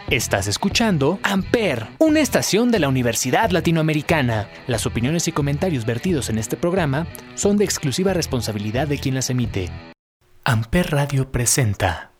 Estás escuchando Amper, una estación de la Universidad Latinoamericana. Las opiniones y comentarios vertidos en este programa son de exclusiva responsabilidad de quien las emite. Amper Radio presenta.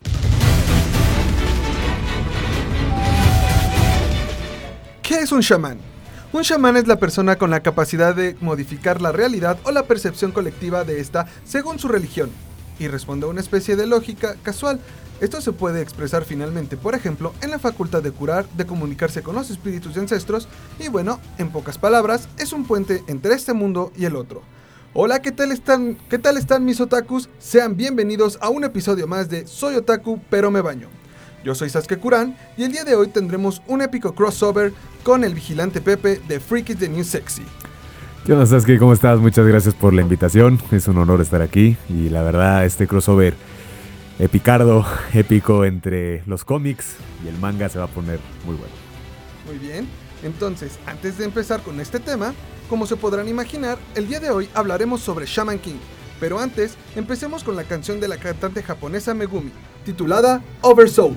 ¿Qué es un chamán? Un chamán es la persona con la capacidad de modificar la realidad o la percepción colectiva de esta según su religión, y responde a una especie de lógica casual. Esto se puede expresar finalmente, por ejemplo, en la facultad de curar, de comunicarse con los espíritus de ancestros, y bueno, en pocas palabras, es un puente entre este mundo y el otro. Hola, ¿qué tal están mis otakus? Sean bienvenidos a un episodio más de Soy Otaku, pero me baño. Yo soy Sasuke Kuran, y el día de hoy tendremos un épico crossover con el vigilante Pepe de Freaky the New Sexy. ¿Qué onda, Sasuke? ¿Cómo estás? Muchas gracias por la invitación. Es un honor estar aquí. Y la verdad, este crossover épico entre los cómics y el manga se va a poner muy bueno. Muy bien. Entonces, antes de empezar con este tema, como se podrán imaginar, el día de hoy hablaremos sobre Shaman King. Pero antes, empecemos con la canción de la cantante japonesa Megumi, titulada Oversoul.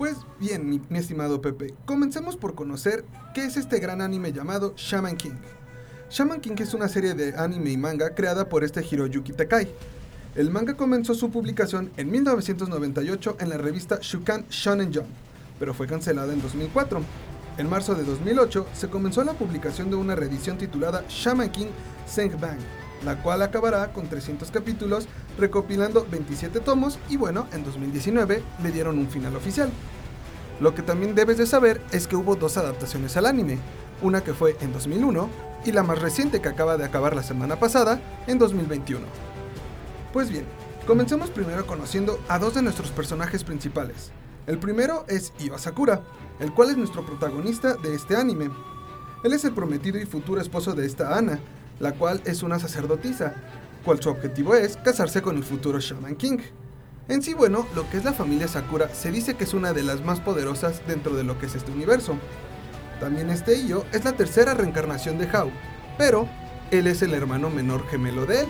Pues bien, mi estimado Pepe, comencemos por conocer qué es este gran anime llamado Shaman King. Shaman King es una serie de anime y manga creada por Hiroyuki Takai. El manga comenzó su publicación en 1998 en la revista Shukan Shonen Jump, pero fue cancelada en 2004. En marzo de 2008 se comenzó la publicación de una reedición titulada Shaman King Sengbang, la cual acabará con 300 capítulos, recopilando 27 tomos y bueno, en 2019 le dieron un final oficial. Lo que también debes de saber es que hubo 2 adaptaciones al anime, una que fue en 2001 y la más reciente que acaba de acabar la semana pasada, en 2021. Pues bien, comencemos primero conociendo a 2 de nuestros personajes principales. El primero es Io Asakura, el cual es nuestro protagonista de este anime. Él es el prometido y futuro esposo de esta Ana, la cual es una sacerdotisa, cual su objetivo es casarse con el futuro Shaman King. En sí, bueno, lo que es la familia Sakura se dice que es una de las más poderosas dentro de lo que es este universo. También este Io es la tercera reencarnación de Hao, pero él es el hermano menor gemelo de él.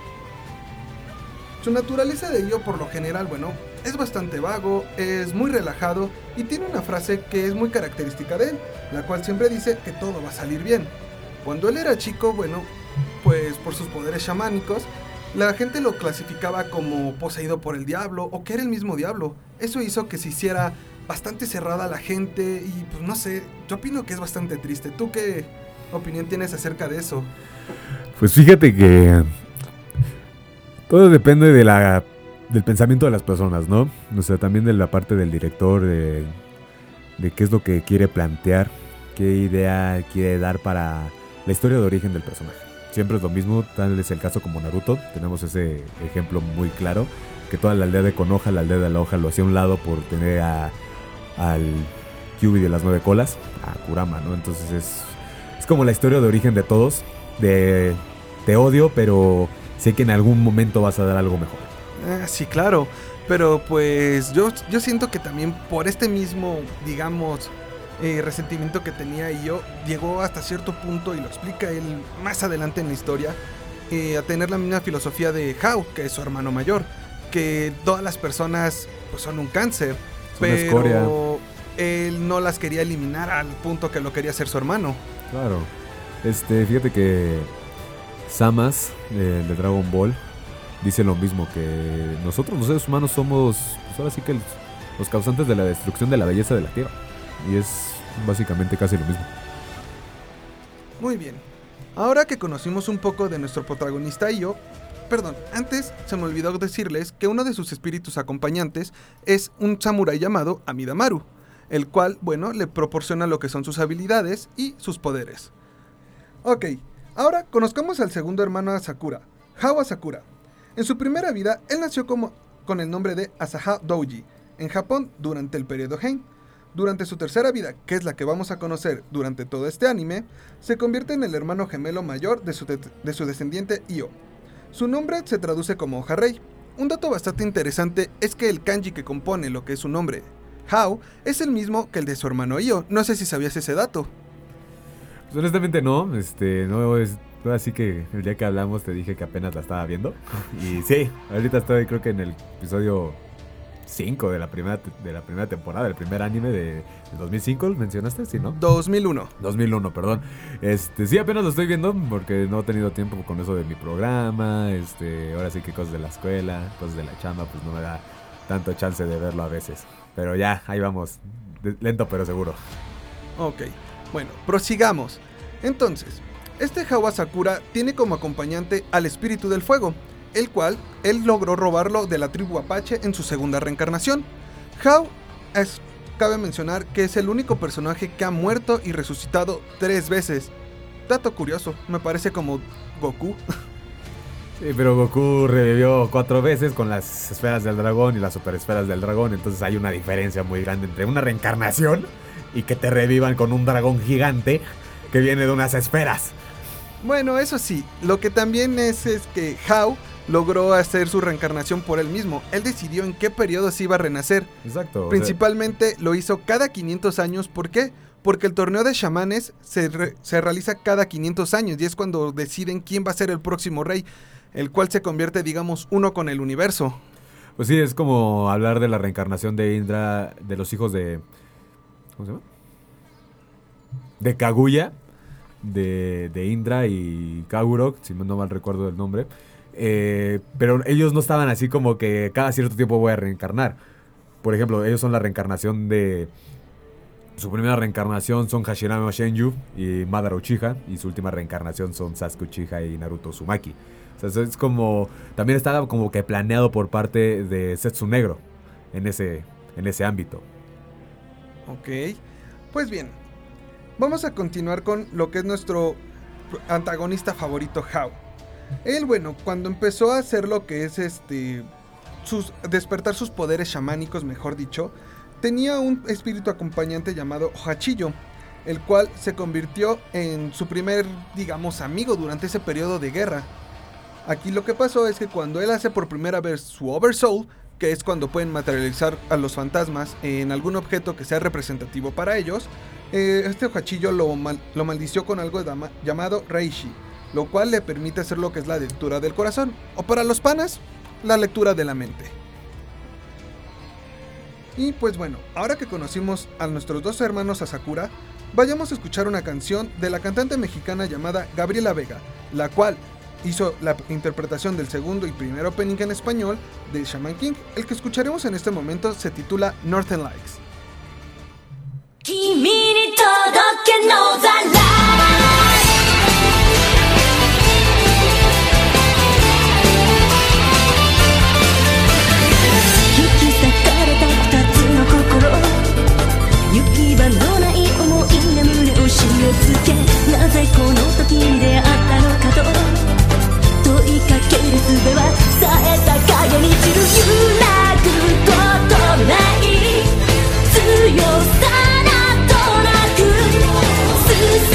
Su naturaleza de Io por lo general, bueno, es bastante vago, es muy relajado y tiene una frase que es muy característica de él, la cual siempre dice que todo va a salir bien. Cuando él era chico, bueno, pues por sus poderes chamánicos, la gente lo clasificaba como poseído por el diablo o que era el mismo diablo. Eso hizo que se hiciera bastante cerrada la gente y pues no sé, yo opino que es bastante triste. ¿Tú qué opinión tienes acerca de eso? Pues fíjate que todo depende del pensamiento de las personas, ¿no? O sea, también de la parte del director, de qué es lo que quiere plantear, qué idea quiere dar para la historia de origen del personaje. Siempre es lo mismo, tal es el caso como Naruto, tenemos ese ejemplo muy claro, que toda la aldea de Konoha, la aldea de la hoja, lo hacía a un lado por tener al Kyuubi de las 9 colas, a Kurama, ¿no? Entonces es como la historia de origen de todos, te odio, pero sé que en algún momento vas a dar algo mejor. Sí, claro, pero pues yo siento que también por este mismo, digamos, resentimiento que tenía Io, llegó hasta cierto punto, y lo explica él más adelante en la historia, a tener la misma filosofía de Hao, que es su hermano mayor, que todas las personas pues son un cáncer, pero escoria. Él no las quería eliminar al punto que lo quería hacer su hermano. Claro, fíjate que Samas de Dragon Ball dice lo mismo, que nosotros los seres humanos somos, pues ahora sí que los causantes de la destrucción de la belleza de la Tierra. Y es básicamente casi lo mismo. Muy bien. Ahora que conocimos un poco de nuestro protagonista Io, antes se me olvidó decirles que uno de sus espíritus acompañantes es un samurái llamado Amidamaru, el cual, bueno, le proporciona lo que son sus habilidades y sus poderes. Ok, ahora conozcamos al segundo hermano de Sakura, Hao Asakura. En su primera vida, él nació con el nombre de Asaha Douji, en Japón durante el periodo Heian. Durante su tercera vida, que es la que vamos a conocer durante todo este anime, se convierte en el hermano gemelo mayor de su descendiente Io. Su nombre se traduce como hoja rey. Un dato bastante interesante es que el kanji que compone lo que es su nombre, Hao, es el mismo que el de su hermano Io. No sé si sabías ese dato. Pues honestamente no, no es... Así que el día que hablamos te dije que apenas la estaba viendo. Y sí, ahorita estoy creo que en el episodio 5 de la primera temporada, el primer anime de 2005, ¿mencionaste? Sí, ¿no? 2001, perdón. Sí, apenas lo estoy viendo porque no he tenido tiempo con eso de mi programa, ahora sí que cosas de la escuela, cosas de la chamba, pues no me da tanto chance de verlo a veces. Pero ya, ahí vamos, lento pero seguro. Ok, bueno, prosigamos. Entonces, este Hao Asakura tiene como acompañante al espíritu del fuego, el cual él logró robarlo de la tribu Apache en su segunda reencarnación. Hao cabe mencionar que es el único personaje que ha muerto y resucitado 3 veces. Dato curioso, me parece como Goku. Sí, pero Goku revivió 4 veces con las esferas del dragón y las super esferas del dragón, entonces hay una diferencia muy grande entre una reencarnación y que te revivan con un dragón gigante que viene de unas esferas. Bueno, eso sí, lo que también es que Hao logró hacer su reencarnación por él mismo. Él decidió en qué periodo se iba a renacer. Exacto. Principalmente lo hizo cada 500 años. ¿Por qué? Porque el torneo de chamanes se realiza cada 500 años y es cuando deciden quién va a ser el próximo rey, el cual se convierte, digamos, uno con el universo. Pues sí, es como hablar de la reencarnación de Indra, de los hijos de... ¿Cómo se llama? De Kaguya, de Indra y Kagurok, si no mal recuerdo el nombre. Pero ellos no estaban así como que cada cierto tiempo voy a reencarnar. Por ejemplo, ellos son la reencarnación de... Su primera reencarnación son Hashirama Shenju y Madara Uchiha. Y su última reencarnación son Sasuke Uchiha y Naruto Uzumaki. O sea, es como... También estaba como que planeado por parte de Zetsu Negro en ese ámbito. Ok. Pues bien, vamos a continuar con lo que es nuestro antagonista favorito, Hao. Él, bueno, cuando empezó a hacer lo que es despertar sus poderes chamánicos, mejor dicho, tenía un espíritu acompañante llamado Hachillo, el cual se convirtió en su primer, digamos, amigo durante ese periodo de guerra. Aquí lo que pasó es que cuando él hace por primera vez su Oversoul, que es cuando pueden materializar a los fantasmas en algún objeto que sea representativo para ellos, este Hachillo lo maldició con algo llamado Reishi, lo cual le permite hacer lo que es la lectura del corazón, o para los panas, la lectura de la mente. Y pues bueno, ahora que conocimos a nuestros dos hermanos Asakura, vayamos a escuchar una canción de la cantante mexicana llamada Gabriela Vega, la cual hizo la interpretación del segundo y primer opening en español de Shaman King. El que escucharemos en este momento se titula Northern Lights. Thank you.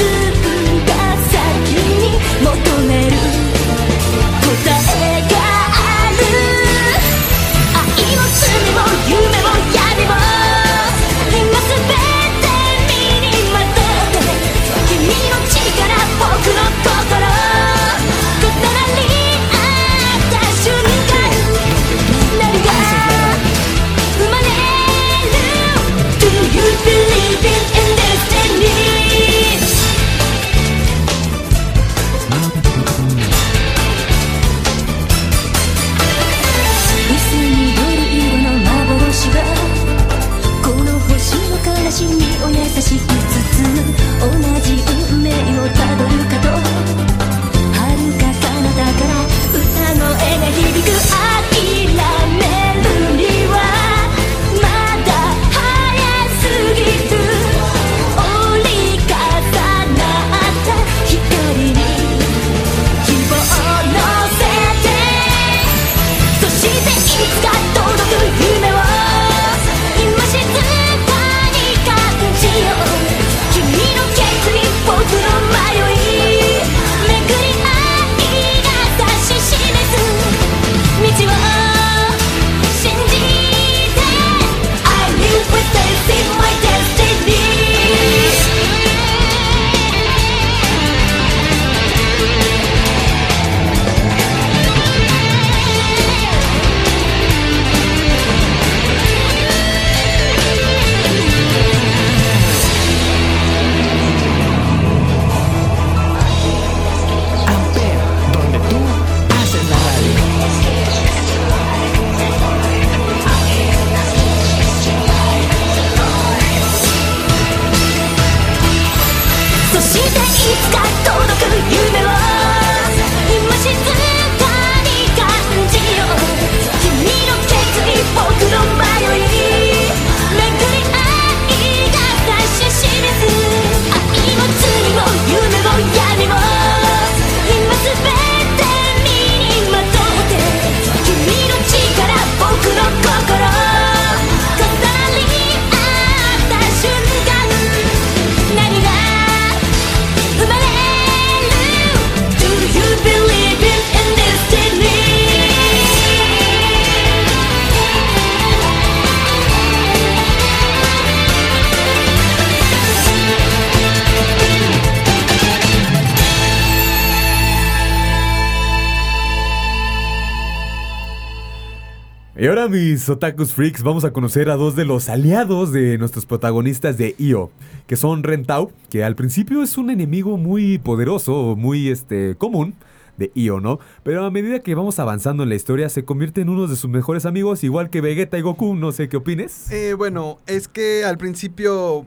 Y ahora, mis otakus freaks, vamos a conocer a dos de los aliados de nuestros protagonistas de Io, que son Ren Tao, que al principio es un enemigo muy poderoso, muy común de Io, ¿no? Pero a medida que vamos avanzando en la historia se convierte en uno de sus mejores amigos, igual que Vegeta y Goku. No sé qué opines. Bueno, es que al principio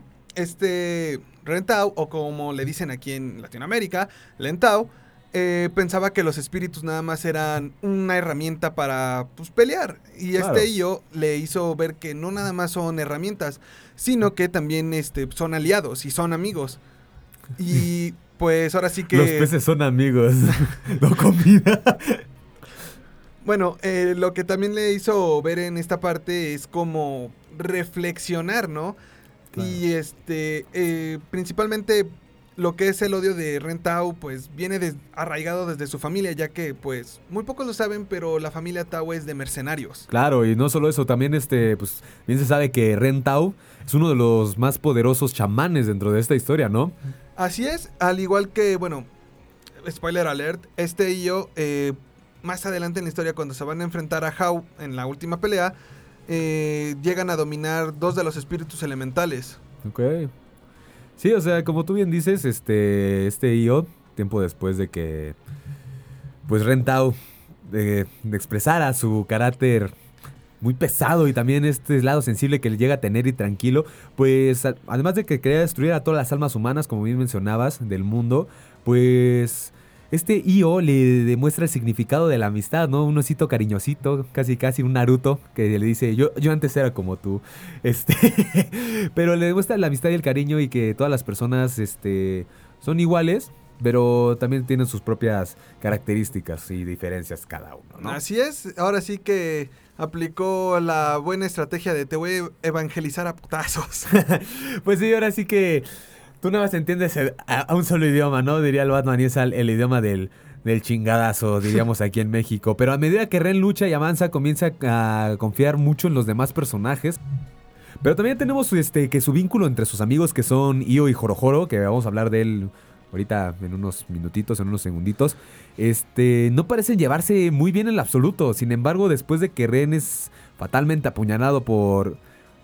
Ren Tao, o como le dicen aquí en Latinoamérica, Len Tao, pensaba que los espíritus nada más eran una herramienta para pelear. Y Claro. Io le hizo ver que no nada más son herramientas, sino que también son aliados y son amigos. Y pues ahora sí que... Los peces son amigos, no comida. Bueno, lo que también le hizo ver en esta parte es como reflexionar, ¿no? Claro. Y principalmente lo que es el odio de Ren Tao, pues viene arraigado desde su familia, ya que pues muy pocos lo saben, pero la familia Tao es de mercenarios. Claro, y no solo eso, también pues bien se sabe que Ren Tao es uno de los más poderosos chamanes dentro de esta historia, ¿no? Así es, al igual que, bueno, spoiler alert, Io, más adelante en la historia cuando se van a enfrentar a Hao en la última pelea, llegan a dominar 2 de los espíritus elementales. Ok. Sí, o sea, como tú bien dices, Io, tiempo después de que pues Ren Tao de expresara su carácter muy pesado y también este lado sensible que le llega a tener y tranquilo, pues además de que quería destruir a todas las almas humanas, como bien mencionabas, del mundo, pues Io le demuestra el significado de la amistad, ¿no? Un osito cariñosito, casi casi un Naruto, que le dice, yo antes era como tú, pero le demuestra la amistad y el cariño y que todas las personas, son iguales, pero también tienen sus propias características y diferencias cada uno, ¿no? Así es, ahora sí que aplicó la buena estrategia de te voy a evangelizar a putazos. Pues sí, ahora sí que tú nada más entiendes a un solo idioma, ¿no? Diría el Batman, y es el idioma del chingadazo, diríamos aquí en México. Pero a medida que Ren lucha y avanza, comienza a confiar mucho en los demás personajes. Pero también tenemos que su vínculo entre sus amigos, que son Io y Jorojoro, que vamos a hablar de él ahorita en unos minutitos, en unos segunditos, no parecen llevarse muy bien en lo absoluto. Sin embargo, después de que Ren es fatalmente apuñalado por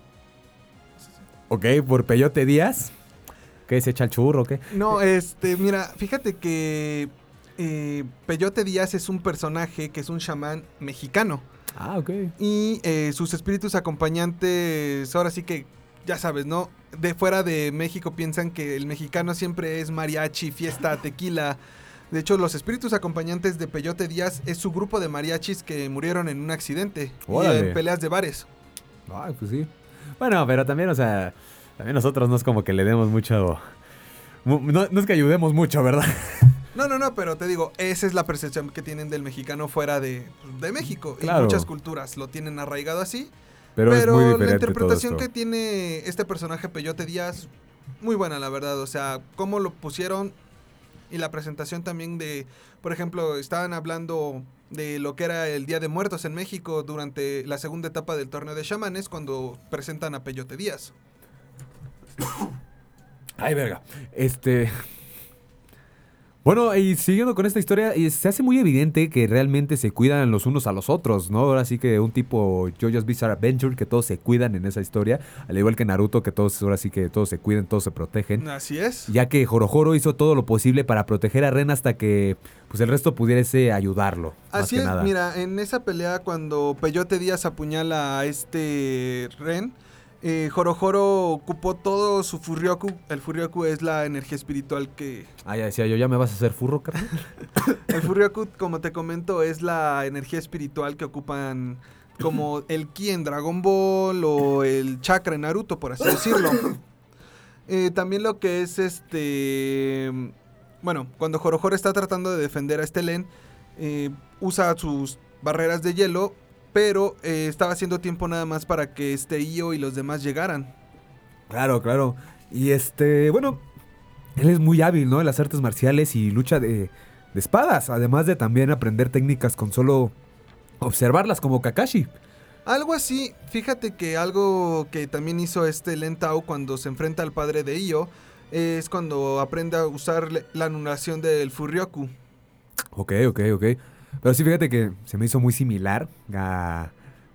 Peyote Díaz, ¿qué se echa el churro o qué? No, mira, fíjate que Peyote Díaz es un personaje que es un chamán mexicano. Ah, ok. Y sus espíritus acompañantes, ahora sí que, ya sabes, ¿no? De fuera de México piensan que el mexicano siempre es mariachi, fiesta, tequila. De hecho, los espíritus acompañantes de Peyote Díaz es su grupo de mariachis que murieron en un accidente. Órale. Y en peleas de bares. Ay, pues sí. Bueno, pero también, o sea, también nosotros no es como que le demos mucho... No es que ayudemos mucho, ¿verdad? No, pero te digo, esa es la percepción que tienen del mexicano fuera de México. Claro. Y muchas culturas lo tienen arraigado así. Pero es muy diferente la interpretación todo que esto. tiene este personaje Peyote Díaz, muy buena la verdad. O sea, cómo lo pusieron y la presentación también de, por ejemplo, estaban hablando de lo que era el Día de Muertos en México durante la segunda etapa del torneo de chamanes cuando presentan a Peyote Díaz. Ay, verga. Bueno, y siguiendo con esta historia, se hace muy evidente que realmente se cuidan los unos a los otros, ¿no? Ahora sí que un tipo JoJo's Bizarre Adventure, que todos se cuidan en esa historia, al igual que Naruto, que todos ahora sí que todos se cuidan, todos se protegen. Así es. Ya que Jorojoro hizo todo lo posible para proteger a Ren hasta que pues el resto pudiese ayudarlo. Así más que es, nada. mira, en esa pelea cuando Peyote Díaz apuñala a Ren, Jorojoro ocupó todo su Furryoku. El Furryoku es la energía espiritual que... Ah, ya decía yo, ¿ya me vas a hacer furro, carnal? El Furryoku, como te comento, es la energía espiritual que ocupan como el Ki en Dragon Ball o el Chakra en Naruto, por así decirlo. También lo que es bueno, cuando Jorojoro está tratando de defender a Len, usa sus barreras de hielo, pero estaba haciendo tiempo nada más para que Io y los demás llegaran. Claro, claro. Y bueno, él es muy hábil, ¿no? En las artes marciales y lucha de espadas, además de también aprender técnicas con solo observarlas como Kakashi. Algo así, fíjate que algo que también hizo Len Tao cuando se enfrenta al padre de Io es cuando aprende a usar la anulación del Furryoku. Ok. Pero sí, fíjate que se me hizo muy similar a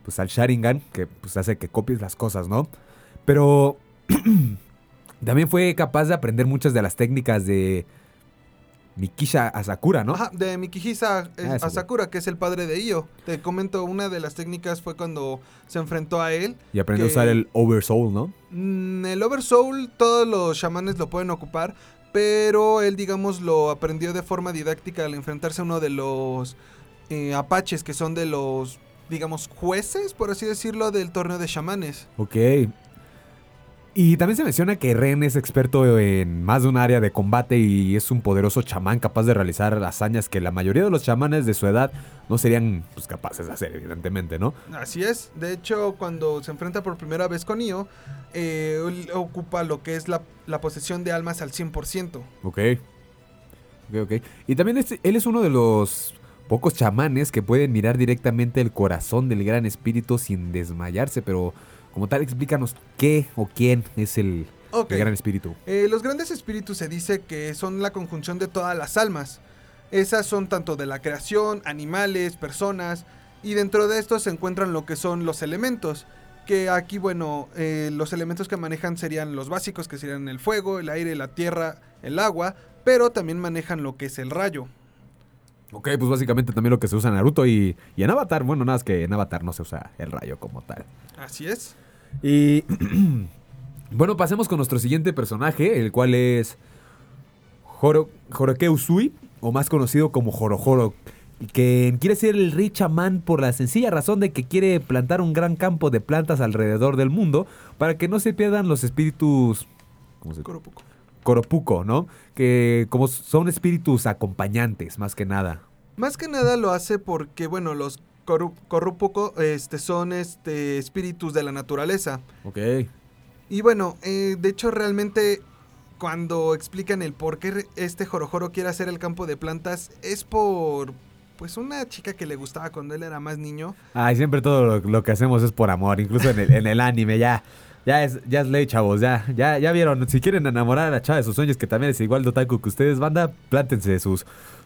pues al Sharingan, que pues hace que copies las cosas, ¿no? Pero también fue capaz de aprender muchas de las técnicas de Mikisha Asakura, ¿no? Ajá, de Mikihisa Eso, Asakura, que es el padre de Io. Te comento, una de las técnicas fue cuando se enfrentó a él. Y aprendió a que- usar el Oversoul, ¿no? El Oversoul todos los chamanes lo pueden ocupar, pero él, digamos, lo aprendió de forma didáctica al enfrentarse a uno de los apaches, que son de los, digamos, jueces, por así decirlo, del torneo de chamanes. Ok. Y también se menciona que Ren es experto en más de un área de combate y es un poderoso chamán capaz de realizar hazañas que la mayoría de los chamanes de su edad no serían pues, capaces de hacer, evidentemente, ¿no? Así es. De hecho, cuando se enfrenta por primera vez con Io, él ocupa lo que es la posesión de almas al 100%. Ok. Y también él es uno de los pocos chamanes que pueden mirar directamente el corazón del gran espíritu sin desmayarse, pero como tal, explícanos qué o quién es el gran espíritu. Los grandes espíritus se dice que son la conjunción de todas las almas. Esas son tanto de la creación, animales, personas, y dentro de estos se encuentran lo que son los elementos. Que aquí, bueno, los elementos que manejan serían los básicos, que serían el fuego, el aire, la tierra, el agua, pero también manejan lo que es el rayo. Ok, pues básicamente también lo que se usa en Naruto y en Avatar. Bueno, nada más que en Avatar no se usa el rayo como tal. Así es. Y bueno, pasemos con nuestro siguiente personaje, el cual es Horoke Usui, o más conocido como Horo, que quiere ser el rey chamán por la sencilla razón de que quiere plantar un gran campo de plantas alrededor del mundo para que no se pierdan los espíritus Koropuko, ¿no? Que como son espíritus acompañantes, más que nada. Más que nada lo hace porque, bueno, los Koropuko son espíritus de la naturaleza. Ok. Y bueno, de hecho realmente cuando explican el por qué Jorojoro quiere hacer el campo de plantas es por pues una chica que le gustaba cuando él era más niño. Ay, siempre todo lo que hacemos es por amor, incluso en el anime ya es ley, chavos, ya vieron, si quieren enamorar a la chava de sus sueños, que también es igual de otaku que ustedes, banda, plántense sus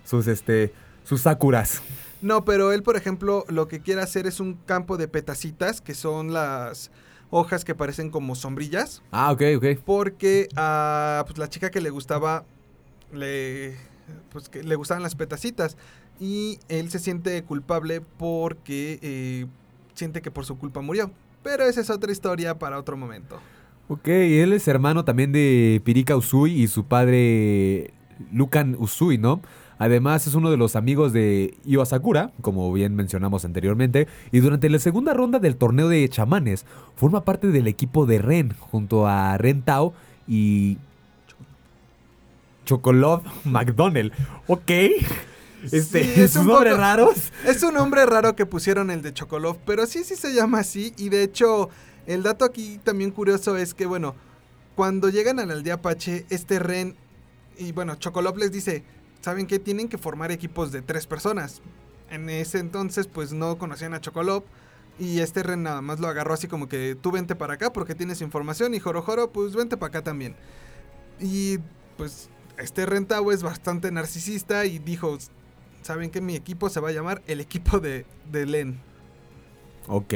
sakuras. No, pero él, por ejemplo, lo que quiere hacer es un campo de petacitas, que son las hojas que parecen como sombrillas. Ah, ok. Porque a pues, la chica que le gustaba, que le gustaban las petacitas. Y él se siente culpable porque siente que por su culpa murió. Pero esa es otra historia para otro momento. Ok, él es hermano también de Pirika Usui y su padre Lucan Usui, ¿no? Además es uno de los amigos de Io Asakura, como bien mencionamos anteriormente, y durante la segunda ronda del torneo de chamanes forma parte del equipo de Ren, junto a Ren Tao y Chocolove McDonald. Ok. ¿Sus nombres raros? Es un nombre raro que pusieron el de Chocolove, pero sí se llama así. Y de hecho, el dato aquí también curioso es que, bueno, cuando llegan a la aldea Apache, Ren y, bueno, Chocolove les dice, ¿saben qué? Tienen que formar equipos de 3 personas. En ese entonces, pues, no conocían a Chocolove. Y Ren nada más lo agarró así como que, tú vente para acá porque tienes información. Y Jorojoro, pues, vente para acá también. Y, pues, Ren Tao es bastante narcisista y dijo, ¿saben qué? Mi equipo se va a llamar el equipo de Len. Ok.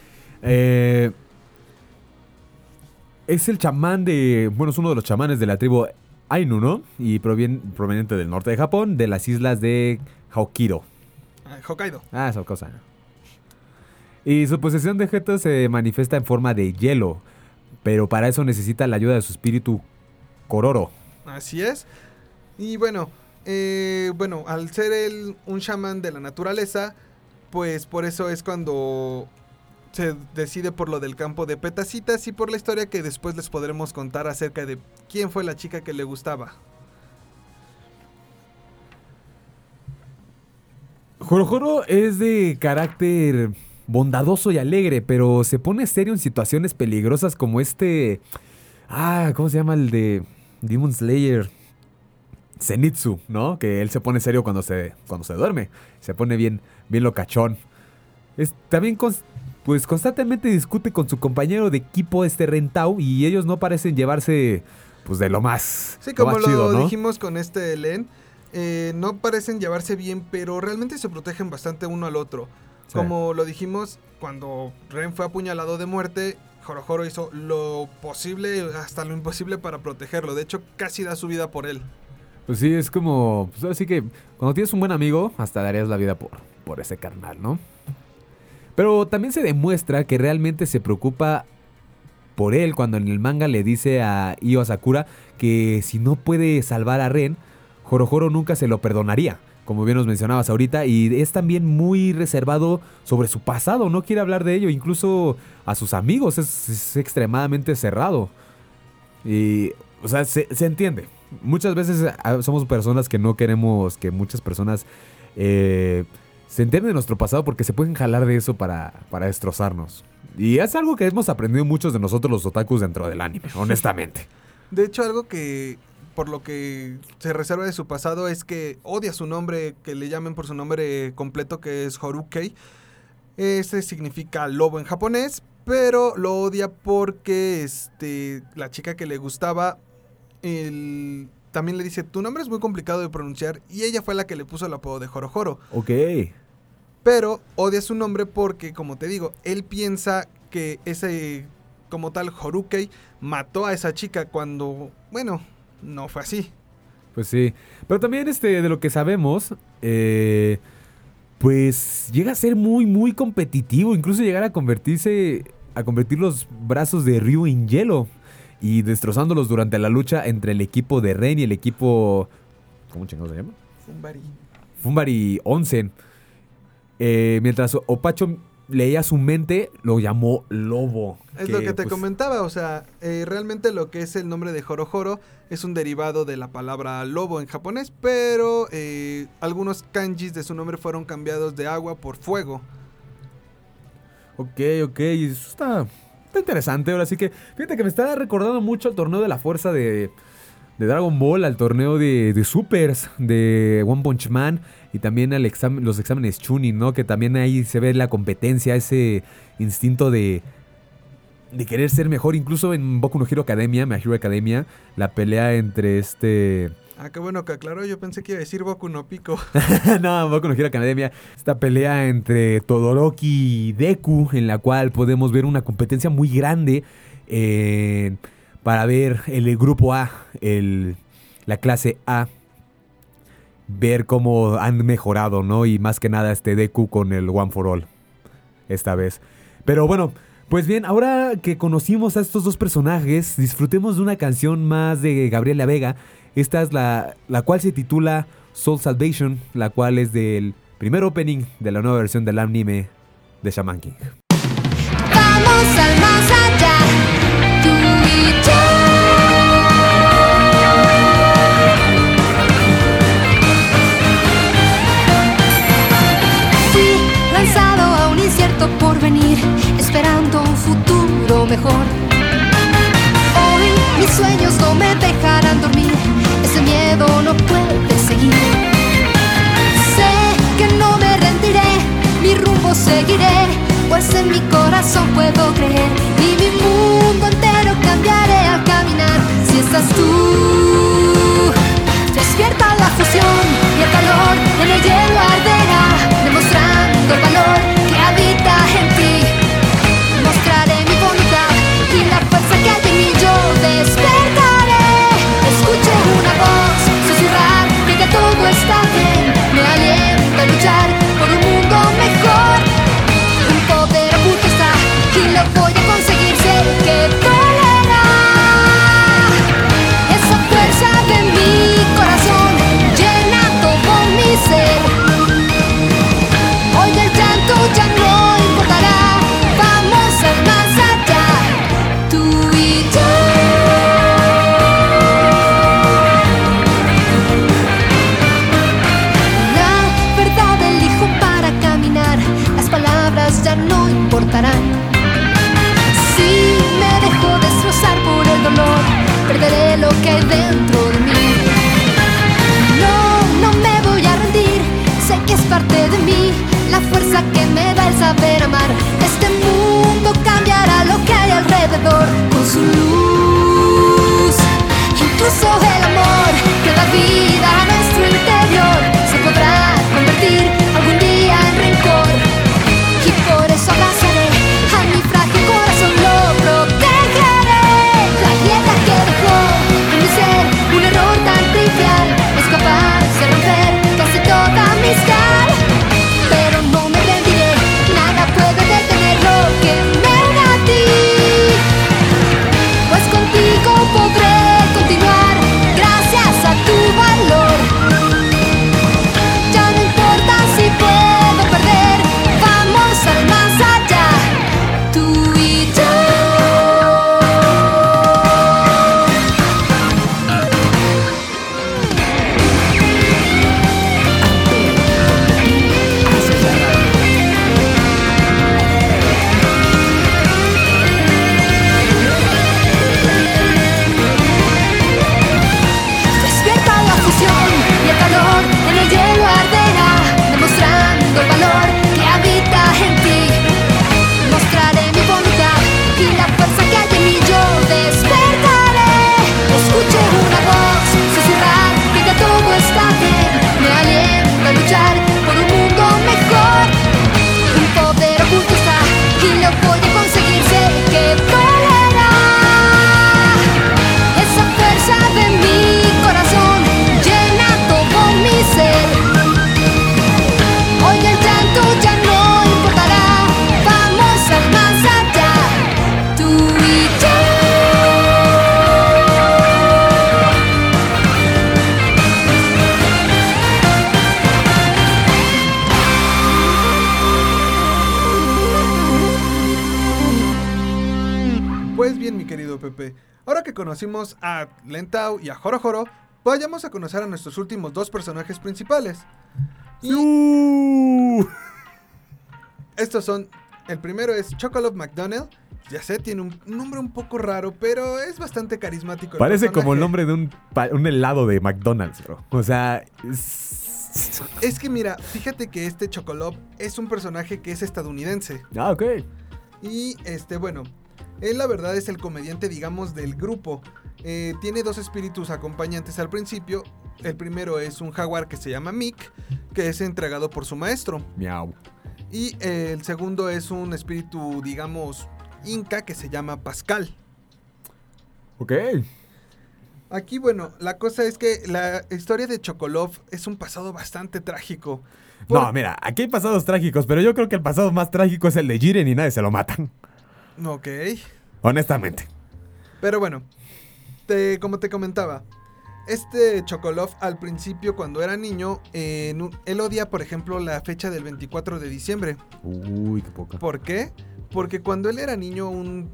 Es el chamán es uno de los chamanes de la tribu Ainu, ¿no? Y proveniente del norte de Japón, de las islas de Hokkaido. Hokkaido. Ah, esa cosa. Y su posesión de objetos se manifiesta en forma de hielo, pero para eso necesita la ayuda de su espíritu Kororo. Así es. Y bueno, al ser él un chamán de la naturaleza, pues por eso es cuando se decide por lo del campo de petacitas y por la historia que después les podremos contar acerca de quién fue la chica que le gustaba. Jorojoro es de carácter bondadoso y alegre, pero se pone serio en situaciones peligrosas como ¿cómo se llama el de Demon Slayer? Zenitsu, ¿no? Que él se pone serio cuando se duerme. Se pone bien locachón. También constantemente discute con su compañero de equipo Ren Tao y ellos no parecen llevarse pues de lo más Sí, como lo más chido, ¿no? dijimos con Len, no parecen llevarse bien, pero realmente se protegen bastante uno al otro. Sí. Como lo dijimos, cuando Ren fue apuñalado de muerte, Joro hizo lo posible, hasta lo imposible para protegerlo. De hecho, casi da su vida por él. Pues sí, es como... Pues así que cuando tienes un buen amigo, hasta darías la vida por ese carnal, ¿no? Pero también se demuestra que realmente se preocupa por él cuando en el manga le dice a Io Asakura que si no puede salvar a Ren, Joro nunca se lo perdonaría, como bien nos mencionabas ahorita, y es también muy reservado sobre su pasado, no quiere hablar de ello, incluso a sus amigos es extremadamente cerrado. Y, o sea, se entiende. Muchas veces somos personas que no queremos que muchas personas se enteren de nuestro pasado porque se pueden jalar de eso para destrozarnos. Y es algo que hemos aprendido muchos de nosotros los otakus dentro del anime, honestamente. De hecho, algo que por lo que se reserva de su pasado es que odia su nombre, que le llamen por su nombre completo, que es Horukei. Ese significa lobo en japonés, pero lo odia porque la chica que le gustaba también le dice, tu nombre es muy complicado de pronunciar, y ella fue la que le puso el apodo de Joro. Ok. Pero odia su nombre porque, como te digo, él piensa que ese, como tal, Horukei mató a esa chica cuando, bueno, no fue así. Pues sí. Pero también de lo que sabemos, pues llega a ser muy, muy competitivo. Incluso llegar a convertir los brazos de Ryu en hielo y destrozándolos durante la lucha entre el equipo de Ren y el equipo... ¿Cómo chingados se llama? Funbari Onsen. Mientras Opacho leía su mente, lo llamó Lobo. Es lo que te comentaba, o sea, realmente lo que es el nombre de Joro es un derivado de la palabra lobo en japonés, pero algunos kanjis de su nombre fueron cambiados de agua por fuego. Ok, eso está interesante. Ahora sí que, fíjate que me está recordando mucho al torneo de la fuerza de Dragon Ball, al torneo de Supers, de One Punch Man, y también los exámenes Chunin, ¿no? Que también ahí se ve la competencia, ese instinto de querer ser mejor. Incluso en Boku no Hero Academia, My Hero Academia, la pelea entre Ah, qué bueno que aclaró, yo pensé que iba a decir Boku no Pico. No, Boku no Hero Academia. Esta pelea entre Todoroki y Deku, en la cual podemos ver una competencia muy grande para ver el grupo A, la clase A, ver cómo han mejorado, ¿no? Y más que nada Deku con el One for All esta vez. Pero bueno, pues bien, ahora que conocimos a estos dos personajes, disfrutemos de una canción más de Gabriela Vega. Esta es la cual se titula Soul Salvation, la cual es del primer opening de la nueva versión del anime de Shaman King. Vamos al más allá, tú y yo. Fui lanzado a un incierto porvenir, esperando un futuro mejor. Hoy mis sueños no me dejarán dormir, ese miedo no puede seguir. Sé que no me rendiré, mi rumbo seguiré, pues en mi corazón puedo creer, y mi mundo entero cambiaré al caminar. Si estás tú, despierta la fusión y el calor en el hielo arderá, demostrando el valor que habita en ti. Mostraré mi voluntad y la fuerza que hay en mí, yo despertaré. Escuché una voz susurrar que todo está bien, me alienta a luchar por un mundo mejor. Un poder oculto está y lo voy a conseguir, sé que dolerá. Esa fuerza de mi corazón llena todo mi ser. Hoy el llanto ya no importará, vamos al más allá, tú y yo. La verdad elijo para caminar, las palabras ya no importarán. Si me dejo destrozar por el dolor, perderé lo que hay dentro de mí. No me voy a rendir, sé que es parte de mí, la fuerza que me da el saber amar. Este mundo cambiará lo que hay alrededor con su luz. Incluso el amor que da vida a nuestro interior se podrá convertir algún día en rencor. Pues bien, mi querido Pepe, ahora que conocimos a Lentau y a Joro, vayamos a conocer a nuestros últimos 2 personajes principales. Y estos son, el primero es Chocolove McDonald. Ya sé, tiene un nombre un poco raro, pero es bastante carismático. Parece como el nombre de un helado de McDonald's, bro. O sea, es que mira, fíjate que este Chocolove es un personaje que es estadounidense. Ah, ok. Y bueno, él la verdad es el comediante, digamos, del grupo. Tiene 2 espíritus acompañantes al principio. El primero es un jaguar que se llama Mick, que es entregado por su maestro. Miau. Y el segundo es un espíritu, digamos, inca, que se llama Pascal. Ok. Aquí, bueno, la cosa es que la historia de Chocolove es un pasado bastante trágico. No, mira, aquí hay pasados trágicos, pero yo creo que el pasado más trágico es el de Jiren y nadie se lo matan. Ok. Honestamente. Pero bueno, como te comentaba, Chocolove al principio, cuando era niño, él odia, por ejemplo, la fecha del 24 de diciembre. Uy, qué poca. ¿Por qué? Porque cuando él era niño, un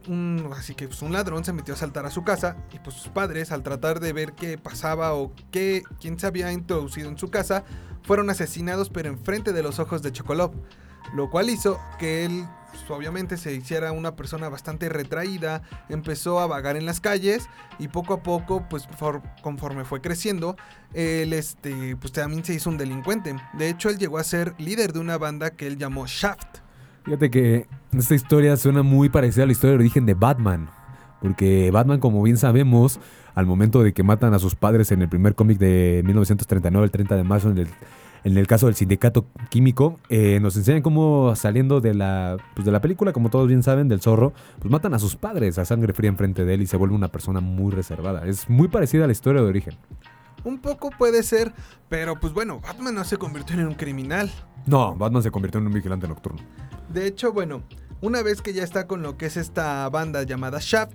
ladrón se metió a asaltar a su casa y pues sus padres, al tratar de ver qué pasaba o quién se había introducido en su casa, fueron asesinados, pero enfrente de los ojos de Chocolove, lo cual hizo que él pues, obviamente se hiciera una persona bastante retraída, empezó a vagar en las calles y poco a poco, pues conforme fue creciendo, él pues también se hizo un delincuente. De hecho, él llegó a ser líder de una banda que él llamó Shaft. Fíjate que esta historia suena muy parecida a la historia de origen de Batman. Porque Batman, como bien sabemos, al momento de que matan a sus padres en el primer cómic de 1939, el 30 de marzo, en el caso del sindicato químico, nos enseñan cómo saliendo de la película, como todos bien saben, del Zorro, pues matan a sus padres a sangre fría enfrente de él y se vuelve una persona muy reservada. Es muy parecida a la historia de origen. Un poco puede ser, pero pues bueno, Batman no se convirtió en un criminal. No, Batman se convirtió en un vigilante nocturno. De hecho, bueno, una vez que ya está con lo que es esta banda llamada Shaft,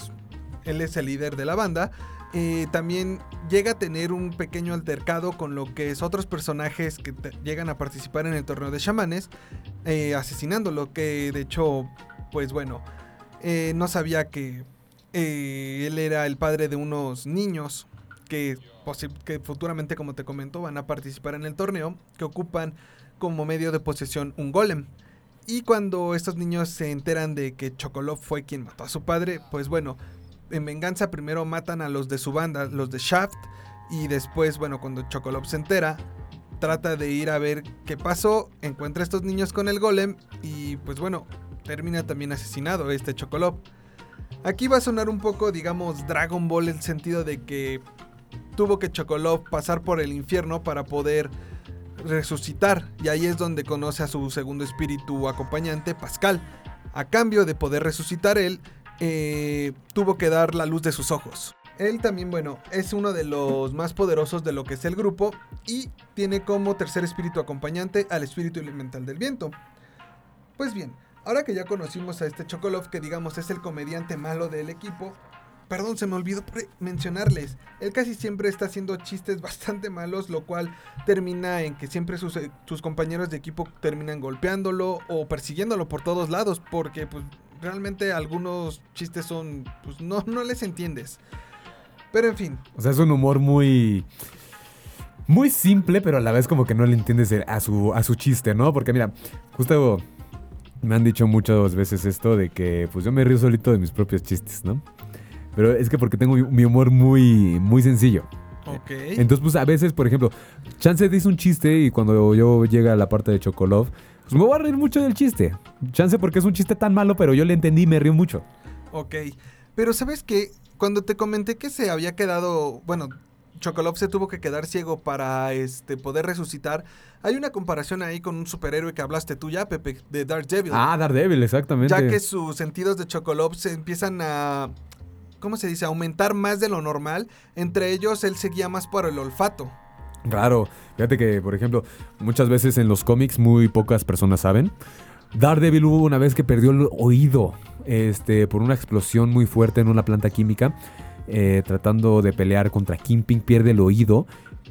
él es el líder de la banda, también llega a tener un pequeño altercado con lo que es otros personajes que llegan a participar en el torneo de chamanes, asesinándolo, que de hecho, pues bueno, no sabía que él era el padre de unos niños que futuramente, como te comento, van a participar en el torneo, que ocupan como medio de posesión un golem. Y cuando estos niños se enteran de que Chocolove fue quien mató a su padre, pues bueno, en venganza primero matan a los de su banda, los de Shaft, y después, bueno, cuando Chocolove se entera, trata de ir a ver qué pasó, encuentra a estos niños con el golem y pues bueno, termina también asesinado Chocolove. Aquí va a sonar un poco, digamos, Dragon Ball, el sentido de que tuvo que Chocolove pasar por el infierno para poder resucitar, y ahí es donde conoce a su segundo espíritu acompañante, Pascal. A cambio de poder resucitar él, tuvo que dar la luz de sus ojos. Él también, bueno, es uno de los más poderosos de lo que es el grupo y tiene como tercer espíritu acompañante al espíritu elemental del viento. Pues bien, ahora que ya conocimos a Chocolove, que digamos es el comediante malo del equipo, perdón, se me olvidó mencionarles, él casi siempre está haciendo chistes bastante malos, lo cual termina en que siempre sus compañeros de equipo terminan golpeándolo o persiguiéndolo por todos lados, porque pues realmente algunos chistes son, pues no les entiendes. Pero en fin. O sea, es un humor muy simple, pero a la vez como que no le entiendes a su chiste, ¿no? Porque mira, justo me han dicho muchas veces esto de que pues yo me río solito de mis propios chistes, ¿no? Pero es que porque tengo mi humor muy, muy sencillo. Ok. Entonces, pues a veces, por ejemplo, Chance dice un chiste y cuando yo llega a la parte de Chocolove, pues me voy a reír mucho del chiste. Chance porque es un chiste tan malo, pero yo le entendí y me río mucho. Ok. Pero ¿sabes qué? Cuando te comenté que se había quedado, bueno, Chocolove se tuvo que quedar ciego para poder resucitar, hay una comparación ahí con un superhéroe que hablaste tú ya, Pepe, de Daredevil. Ah, Daredevil, exactamente. Ya que sus sentidos de Chocolove se empiezan a, ¿cómo se dice?, aumentar más de lo normal. Entre ellos, él se guía más por el olfato. Raro. Fíjate que, por ejemplo, muchas veces en los cómics muy pocas personas saben. Daredevil hubo una vez que perdió el oído por una explosión muy fuerte en una planta química. Tratando de pelear contra Kingpin, pierde el oído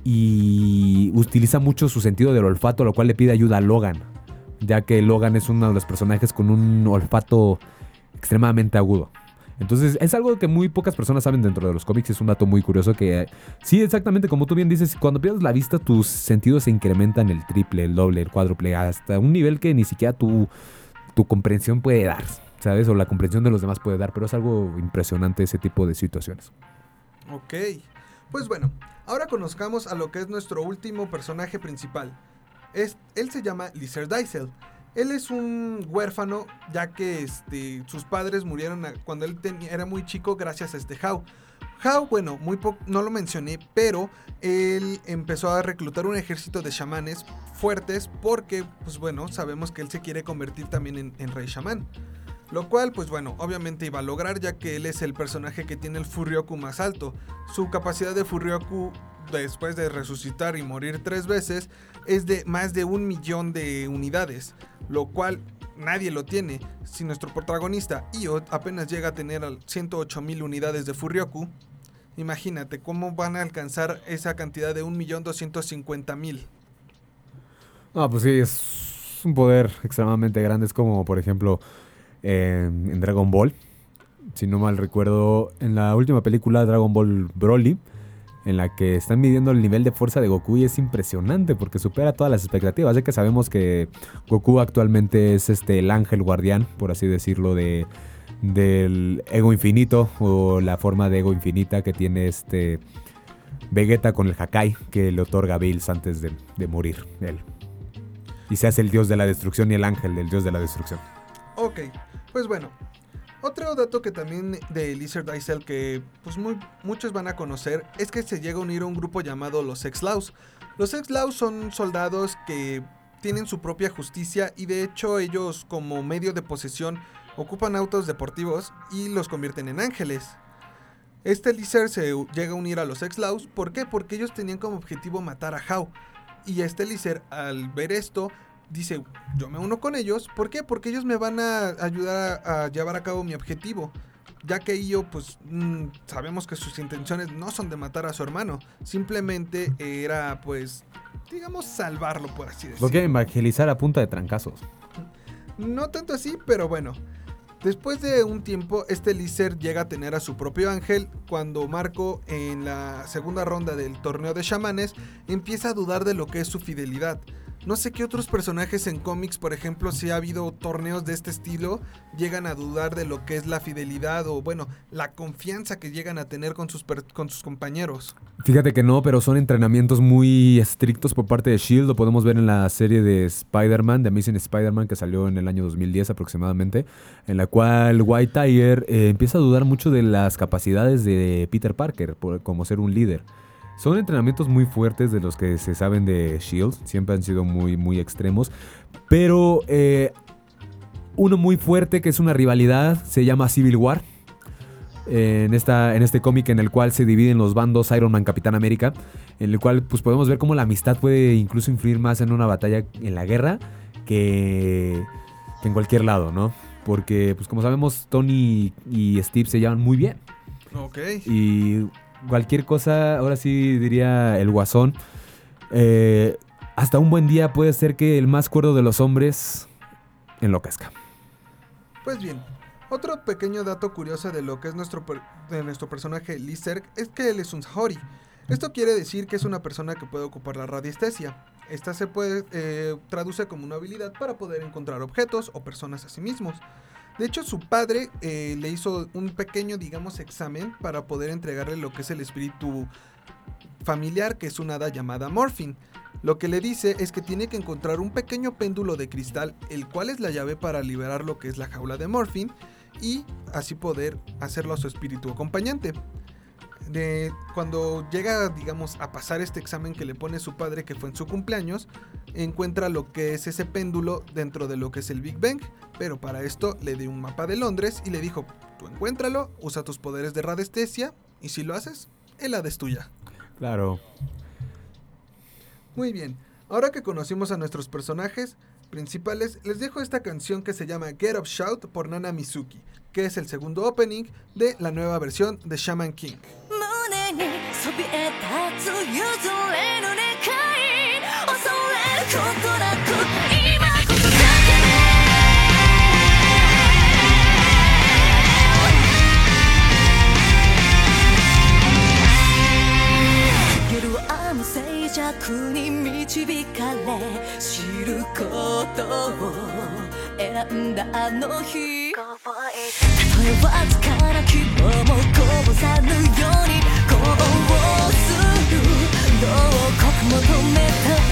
y utiliza mucho su sentido del olfato, lo cual le pide ayuda a Logan, ya que Logan es uno de los personajes con un olfato extremadamente agudo. Entonces es algo que muy pocas personas saben dentro de los cómics. Es un dato muy curioso que sí, exactamente como tú bien dices, cuando pierdes la vista tus sentidos se incrementan el triple, el doble, el cuádruple, hasta un nivel que ni siquiera tu comprensión puede dar, ¿sabes? O la comprensión de los demás puede dar, pero es algo impresionante ese tipo de situaciones. Ok, pues bueno, ahora conozcamos a lo que es nuestro último personaje principal. Él se llama Lizard Dysel. Él es un huérfano, ya que sus padres murieron cuando él era muy chico gracias a How. How, bueno, no lo mencioné, pero él empezó a reclutar un ejército de chamanes fuertes porque, pues bueno, sabemos que él se quiere convertir también en rey chamán. Lo cual, pues bueno, obviamente iba a lograr, ya que él es el personaje que tiene el Furryoku más alto. Su capacidad de Furryoku, después de resucitar y morir 3 veces, es de más de 1 millón de unidades, lo cual nadie lo tiene. Si nuestro protagonista, Io, apenas llega a tener 108,000 unidades de Furryoku, imagínate cómo van a alcanzar esa cantidad de 1.250.000. Ah, pues sí, es un poder extremadamente grande. Es como, por ejemplo, en Dragon Ball, si no mal recuerdo, en la última película Dragon Ball Broly, en la que están midiendo el nivel de fuerza de Goku, y es impresionante porque supera todas las expectativas, ya que sabemos que Goku actualmente es el ángel guardián, por así decirlo, del ego infinito, o la forma de ego infinita que tiene Vegeta con el Hakai que le otorga a Bills antes de morir él, y se hace el dios de la destrucción y el ángel del dios de la destrucción. Ok, pues bueno, otro dato que también de Lizard Dysel que pues muchos van a conocer es que se llega a unir a un grupo llamado los Ex-Laws. Los Ex-Laws son soldados que tienen su propia justicia, y de hecho ellos, como medio de posesión, ocupan autos deportivos y los convierten en ángeles. Lizard se llega a unir a los Ex-Laws. ¿Por qué? Porque ellos tenían como objetivo matar a How, y Lizard, al ver esto, dice: yo me uno con ellos. ¿Por qué? Porque ellos me van a ayudar a llevar a cabo mi objetivo, ya que yo, pues, sabemos que sus intenciones no son de matar a su hermano, simplemente era, pues, digamos, salvarlo, por así decirlo. Lo quieren evangelizar a punta de trancazos. No tanto así, pero bueno. Después de un tiempo, Lizard llega a tener a su propio ángel cuando Marco, en la segunda ronda del torneo de chamanes, empieza a dudar de lo que es su fidelidad. No sé qué otros personajes en cómics, por ejemplo, si ha habido torneos de este estilo, llegan a dudar de lo que es la fidelidad, o bueno, la confianza que llegan a tener con sus compañeros. Fíjate que no, pero son entrenamientos muy estrictos por parte de S.H.I.E.L.D. Lo podemos ver en la serie de Spider-Man, de Amazing Spider-Man, que salió en el año 2010 aproximadamente, en la cual White Tiger empieza a dudar mucho de las capacidades de Peter Parker como ser un líder. Son entrenamientos muy fuertes de los que se saben de S.H.I.E.L.D. Siempre han sido muy, muy extremos. Pero uno muy fuerte, que es una rivalidad, se llama Civil War. En este cómic, en el cual se dividen los bandos Iron Man, Capitán América, en el cual pues podemos ver cómo la amistad puede incluso influir más en una batalla, en la guerra, que en cualquier lado, ¿no? Porque, pues como sabemos, Tony y Steve se llevan muy bien. Ok. Y cualquier cosa, ahora sí diría el Guasón, hasta un buen día puede ser que el más cuerdo de los hombres enloquezca. Pues bien, otro pequeño dato curioso de lo que es nuestro personaje Lizard es que él es un Sahori. Esto quiere decir que es una persona que puede ocupar la radiestesia. Esta se puede traduce como una habilidad para poder encontrar objetos o personas a sí mismos. De hecho, su padre le hizo un pequeño, digamos, examen para poder entregarle lo que es el espíritu familiar, que es una hada llamada Morphine. Lo que le dice es que tiene que encontrar un pequeño péndulo de cristal, el cual es la llave para liberar lo que es la jaula de Morphine, y así poder hacerlo a su espíritu acompañante. Cuando llega, digamos, a pasar este examen que le pone su padre, que fue en su cumpleaños, encuentra lo que es ese péndulo dentro de lo que es el Big Bang, pero para esto le dio un mapa de Londres y le dijo: tú encuéntralo, usa tus poderes de radiestesia, y si lo haces, el hada es tuya. Claro. Muy bien, ahora que conocimos a nuestros personajes principales, les dejo esta canción que se llama Get Up Shout por Nana Mizuki, que es el segundo opening de la nueva versión de Shaman King. んだあの日たとえわずかな希望もこぼさぬようにこうするどうこく求めた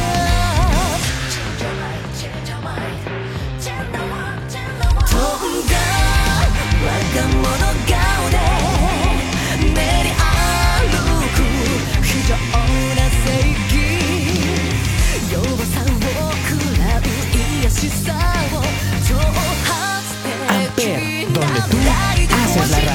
飛んだ若者顔で練り歩く非常な正義弱さを食らう癒しさを挑発的なライドをしたい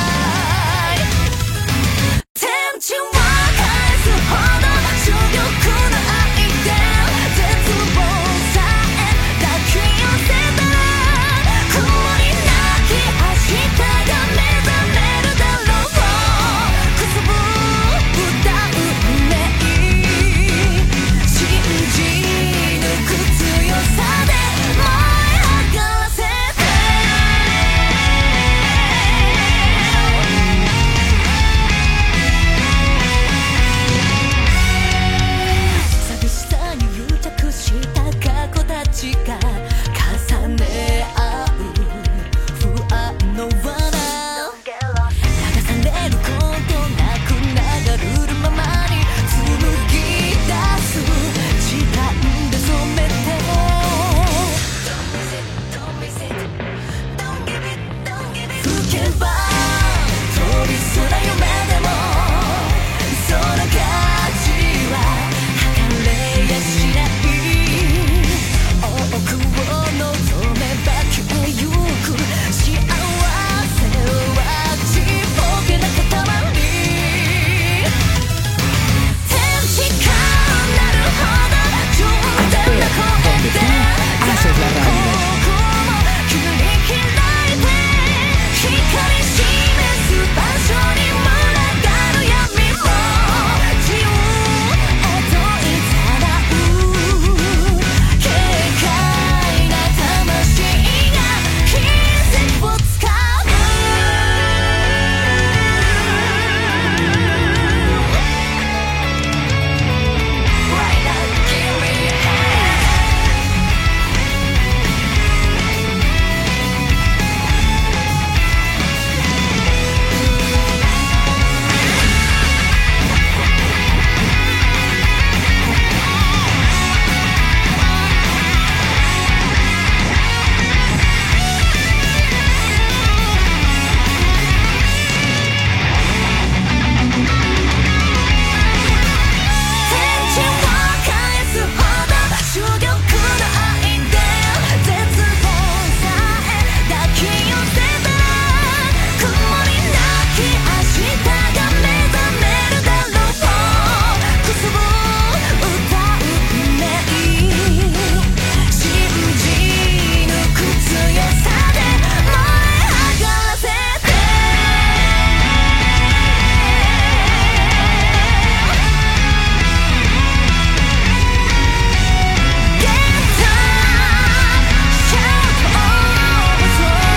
天地を返すほど珠玉の愛で絶望さえ抱き寄せた曇りなき明日が目覚めるだろうくすぶ歌う運命信じ抜く強さで燃え上がらせて寂しさに癒着した過去たちが重ね合う不安の罠流されることなく流るままに紡ぎ出す時間で染めて吹けば飛びそうな夢でもその価値は測れやしない多くを望めば消えゆく幸せはちっぽけな塊天使感なるほど冗談な声でここも切り開いて光示す場所に群がる闇も自由へといざなう軽快な魂が金石をつかむRight now, give me a hand天地を返すほど珠玉の愛で絶望さえ抱き寄せた曇りなき明日が目覚めるだろうくすぶ歌う運命信じ抜く強さで燃え上がらせてGet time, shout over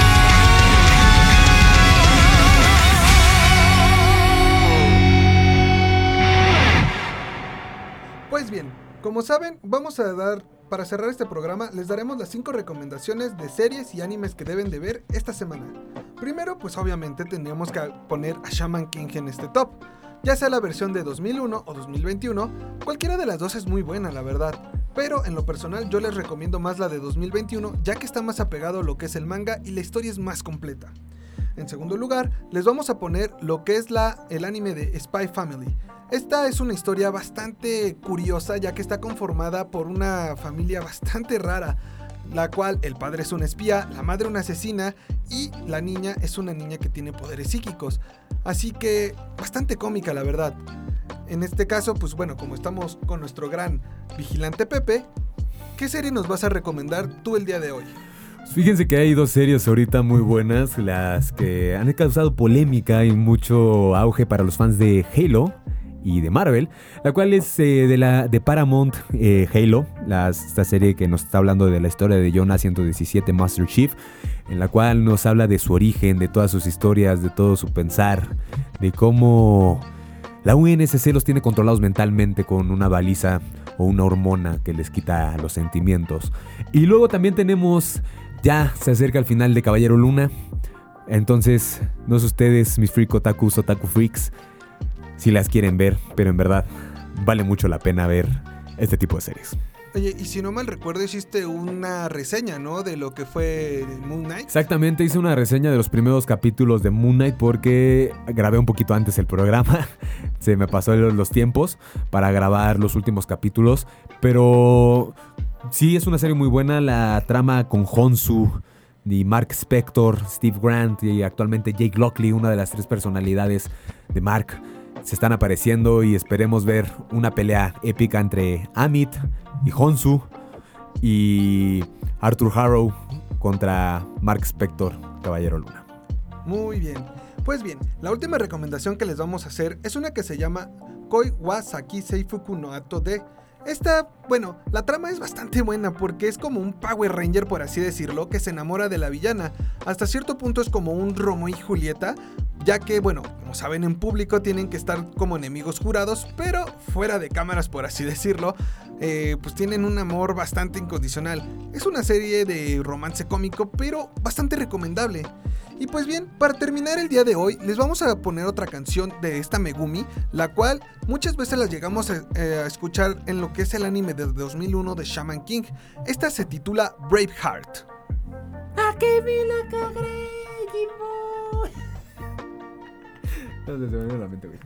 Pues bien, como saben, vamos a dar, para cerrar este programa, les daremos las 5 recomendaciones de series y animes que deben de ver esta semana. Primero, pues obviamente tendríamos que poner a Shaman King en este top. Ya sea la versión de 2001 o 2021, cualquiera de las dos es muy buena, la verdad. Pero en lo personal yo les recomiendo más la de 2021, ya que está más apegado a lo que es el manga y la historia es más completa. En segundo lugar, les vamos a poner lo que es el anime de Spy Family. Esta es una historia bastante curiosa, ya que está conformada por una familia bastante rara, la cual el padre es un espía, la madre una asesina y la niña es una niña que tiene poderes psíquicos. Así que bastante cómica, la verdad. En este caso, pues bueno, como estamos con nuestro gran vigilante Pepe, ¿qué serie nos vas a recomendar tú el día de hoy? Fíjense que hay dos series ahorita muy buenas, las que han causado polémica y mucho auge para los fans de Halo y de Marvel, la cual es de Paramount, Halo, esta serie que nos está hablando de la historia de John A-117 Master Chief, en la cual nos habla de su origen, de todas sus historias, de todo su pensar, de cómo la UNSC los tiene controlados mentalmente con una baliza o una hormona que les quita los sentimientos. Y luego también tenemos ya se acerca el final de Caballero Luna. Entonces, no sé ustedes, mis freak otakus, otaku freaks, si las quieren ver, pero en verdad vale mucho la pena ver este tipo de series. Oye, y si no mal recuerdo, hiciste una reseña, ¿no? De lo que fue Moon Knight. Exactamente, hice una reseña de los primeros capítulos de Moon Knight porque grabé un poquito antes el programa. Se me pasó los tiempos para grabar los últimos capítulos. Pero sí, es una serie muy buena. La trama con Honshu y Mark Spector, Steve Grant y actualmente Jake Lockley, una de las 3 personalidades de Mark, se están apareciendo y esperemos ver una pelea épica entre Amit y Honshu y Arthur Harrow contra Mark Spector, Caballero Luna. Muy bien. Pues bien, la última recomendación que les vamos a hacer es una que se llama Koi wa Saki Seifuku no Ato de. Esta, bueno, la trama es bastante buena porque es como un Power Ranger, por así decirlo, que se enamora de la villana. Hasta cierto punto es como un Romeo y Julieta, ya que, bueno, como saben, en público tienen que estar como enemigos jurados, pero fuera de cámaras, por así decirlo, pues tienen un amor bastante incondicional. Es una serie de romance cómico, pero bastante recomendable. Y pues bien, para terminar el día de hoy, les vamos a poner otra canción de esta Megumi, la cual muchas veces la llegamos a escuchar en lo que es el anime de 2001 de Shaman King. Esta se titula Braveheart. No se me viene a la mente, güey.